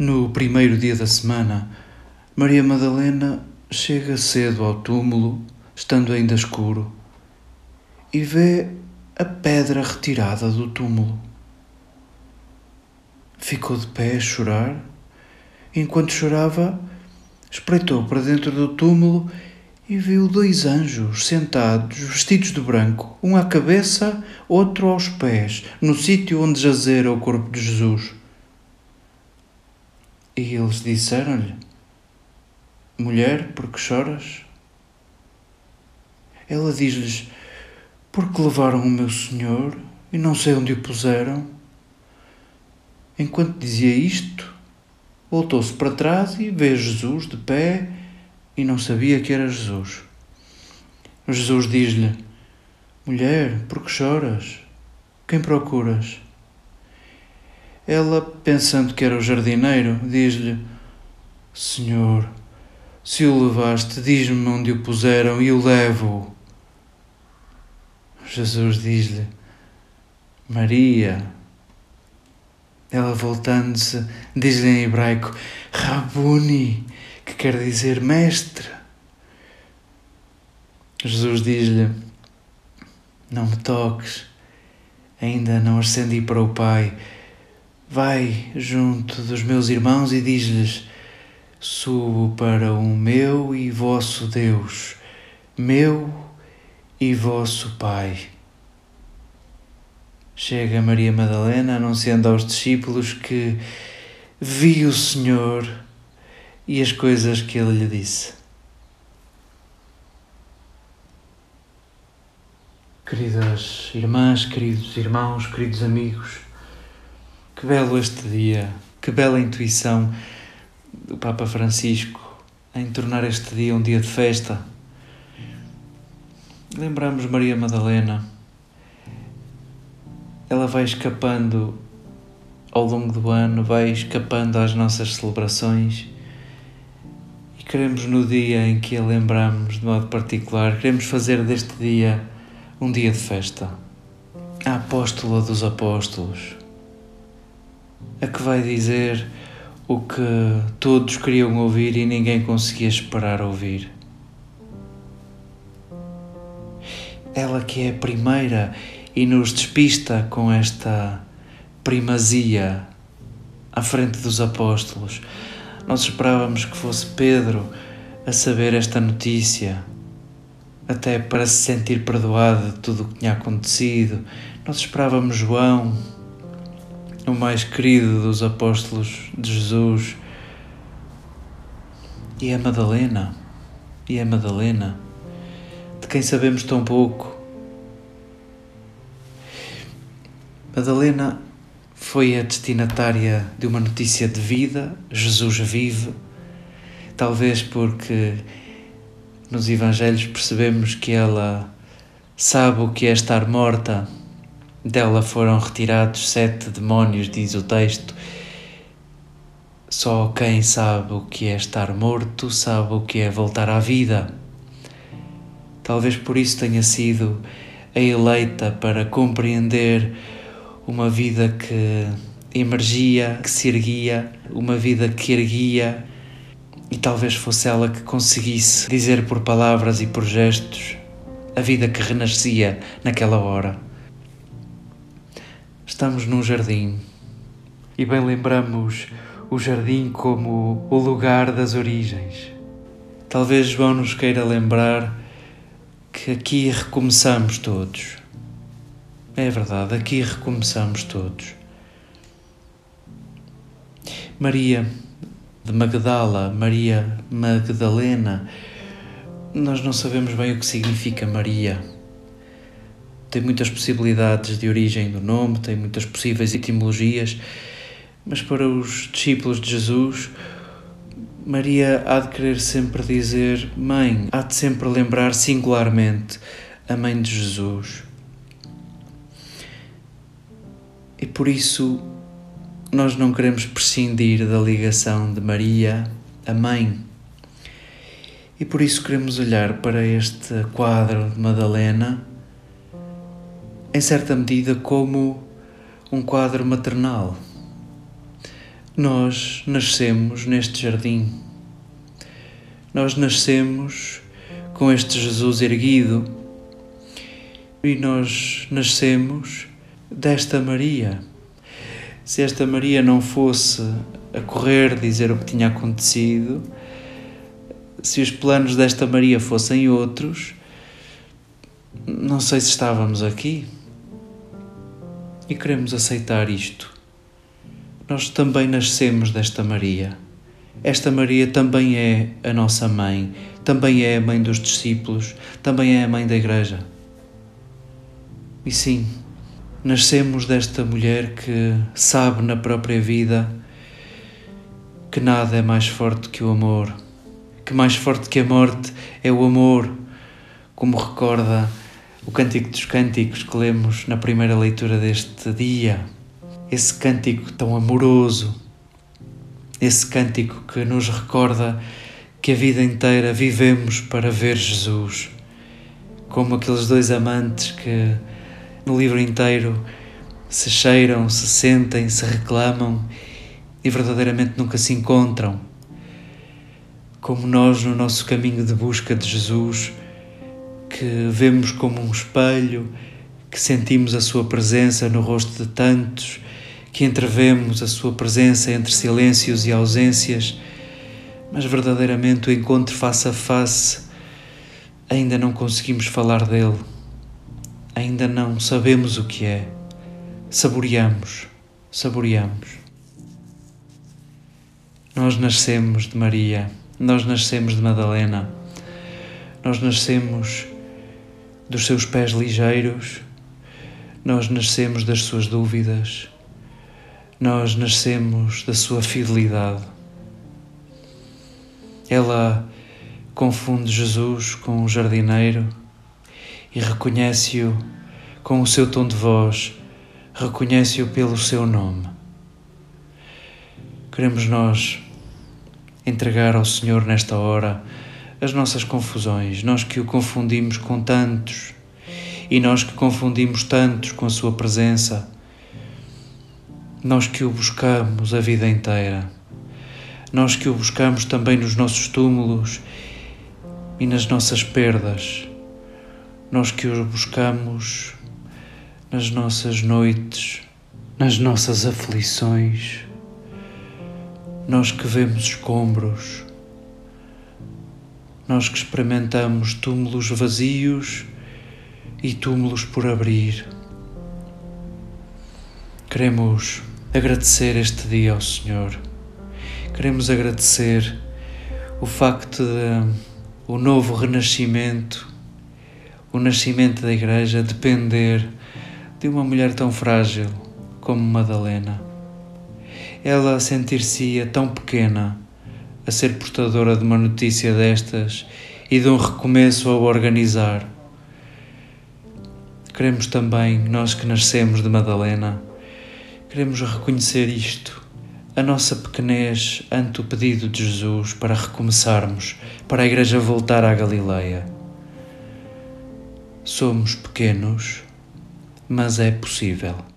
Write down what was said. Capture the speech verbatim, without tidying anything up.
No primeiro dia da semana, Maria Madalena chega cedo ao túmulo, estando ainda escuro, e vê a pedra retirada do túmulo. Ficou de pé a chorar. Enquanto chorava, espreitou para dentro do túmulo e viu dois anjos sentados, vestidos de branco, um à cabeça, outro aos pés, no sítio onde jazera o corpo de Jesus. E eles disseram-lhe: Mulher, por que choras? Ela diz-lhes: Porque levaram o meu Senhor e não sei onde o puseram. Enquanto dizia isto, voltou-se para trás e vê Jesus de pé e não sabia que era Jesus. Jesus diz-lhe: Mulher, por que choras? Quem procuras? Ela, pensando que era o jardineiro, diz-lhe: Senhor, se o levaste, diz-me onde o puseram e eu levo-o. Jesus diz-lhe: Maria. Ela, voltando-se, diz-lhe em hebraico: Rabuni, que quer dizer mestre. Jesus diz-lhe: Não me toques, ainda não ascendi para o Pai. Vai junto dos meus irmãos e diz-lhes: Subo para o meu e vosso Deus, meu e vosso Pai. Chega Maria Madalena anunciando aos discípulos que viu o Senhor e as coisas que ele lhe disse. Queridas irmãs, queridos irmãos, queridos amigos, que belo este dia, que bela intuição do Papa Francisco em tornar este dia um dia de festa. Lembramos Maria Madalena. Ela vai escapando ao longo do ano, vai escapando às nossas celebrações e queremos, no dia em que a lembramos de modo particular, queremos fazer deste dia um dia de festa. A apóstola dos apóstolos, a que vai dizer o que todos queriam ouvir e ninguém conseguia esperar ouvir. Ela que é a primeira e nos despista com esta primazia à frente dos apóstolos. Nós esperávamos que fosse Pedro a saber esta notícia, até para se sentir perdoado de tudo o que tinha acontecido. Nós esperávamos João, o mais querido dos apóstolos de Jesus, e a Madalena, e a Madalena, de quem sabemos tão pouco. Madalena foi a destinatária de uma notícia de vida. Jesus vive, talvez porque nos Evangelhos percebemos que ela sabe o que é estar morta. Dela foram retirados sete demónios, diz o texto. Só quem sabe o que é estar morto sabe o que é voltar à vida. Talvez por isso tenha sido a eleita para compreender uma vida que emergia, que se erguia, uma vida que erguia, e talvez fosse ela que conseguisse dizer por palavras e por gestos a vida que renascia naquela hora. Estamos num jardim e bem lembramos o jardim como o lugar das origens. Talvez João nos queira lembrar que aqui recomeçamos todos. É verdade, aqui recomeçamos todos. Maria de Magdala, Maria Magdalena, nós não sabemos bem o que significa Maria. Tem muitas possibilidades de origem do nome, tem muitas possíveis etimologias, mas para os discípulos de Jesus, Maria há de querer sempre dizer mãe, há de sempre lembrar singularmente a mãe de Jesus. E por isso nós não queremos prescindir da ligação de Maria, a mãe. E por isso queremos olhar para este quadro de Madalena, em certa medida, como um quadro maternal. Nós nascemos neste jardim. Nós nascemos com este Jesus erguido e nós nascemos desta Maria. Se esta Maria não fosse a correr dizer o que tinha acontecido, se os planos desta Maria fossem outros, não sei se estávamos aqui. E queremos aceitar isto. Nós também nascemos desta Maria. Esta Maria também é a nossa mãe, também é a mãe dos discípulos, também é a mãe da Igreja. E sim, nascemos desta mulher que sabe na própria vida que nada é mais forte que o amor, que mais forte que a morte é o amor, como recorda o Cântico dos Cânticos que lemos na primeira leitura deste dia. Esse cântico tão amoroso, esse cântico que nos recorda que a vida inteira vivemos para ver Jesus, como aqueles dois amantes que no livro inteiro se cheiram, se sentem, se reclamam e verdadeiramente nunca se encontram. Como nós no nosso caminho de busca de Jesus, que vemos como um espelho, que sentimos a sua presença no rosto de tantos, que entrevemos a sua presença entre silêncios e ausências, mas verdadeiramente o encontro face a face, ainda não conseguimos falar dele, ainda não sabemos o que é, saboreamos, saboreamos. Nós nascemos de Maria, nós nascemos de Madalena, nós nascemos dos seus pés ligeiros, nós nascemos das suas dúvidas, nós nascemos da sua fidelidade. Ela confunde Jesus com o jardineiro e reconhece-o com o seu tom de voz, reconhece-o pelo seu nome. Queremos nós entregar ao Senhor nesta hora as nossas confusões, nós que o confundimos com tantos e nós que confundimos tantos com a sua presença, nós que o buscamos a vida inteira, nós que o buscamos também nos nossos túmulos e nas nossas perdas, nós que o buscamos nas nossas noites, nas nossas aflições, nós que vemos escombros, nós que experimentamos túmulos vazios e túmulos por abrir. Queremos agradecer este dia ao Senhor. Queremos agradecer o facto de o novo renascimento, o nascimento da Igreja depender de uma mulher tão frágil como Madalena. Ela sentir-se-ia tão pequena a ser portadora de uma notícia destas e de um recomeço ao organizar. Queremos também, nós que nascemos de Madalena, queremos reconhecer isto, a nossa pequenez ante o pedido de Jesus para recomeçarmos, para a Igreja voltar à Galileia. Somos pequenos, mas é possível.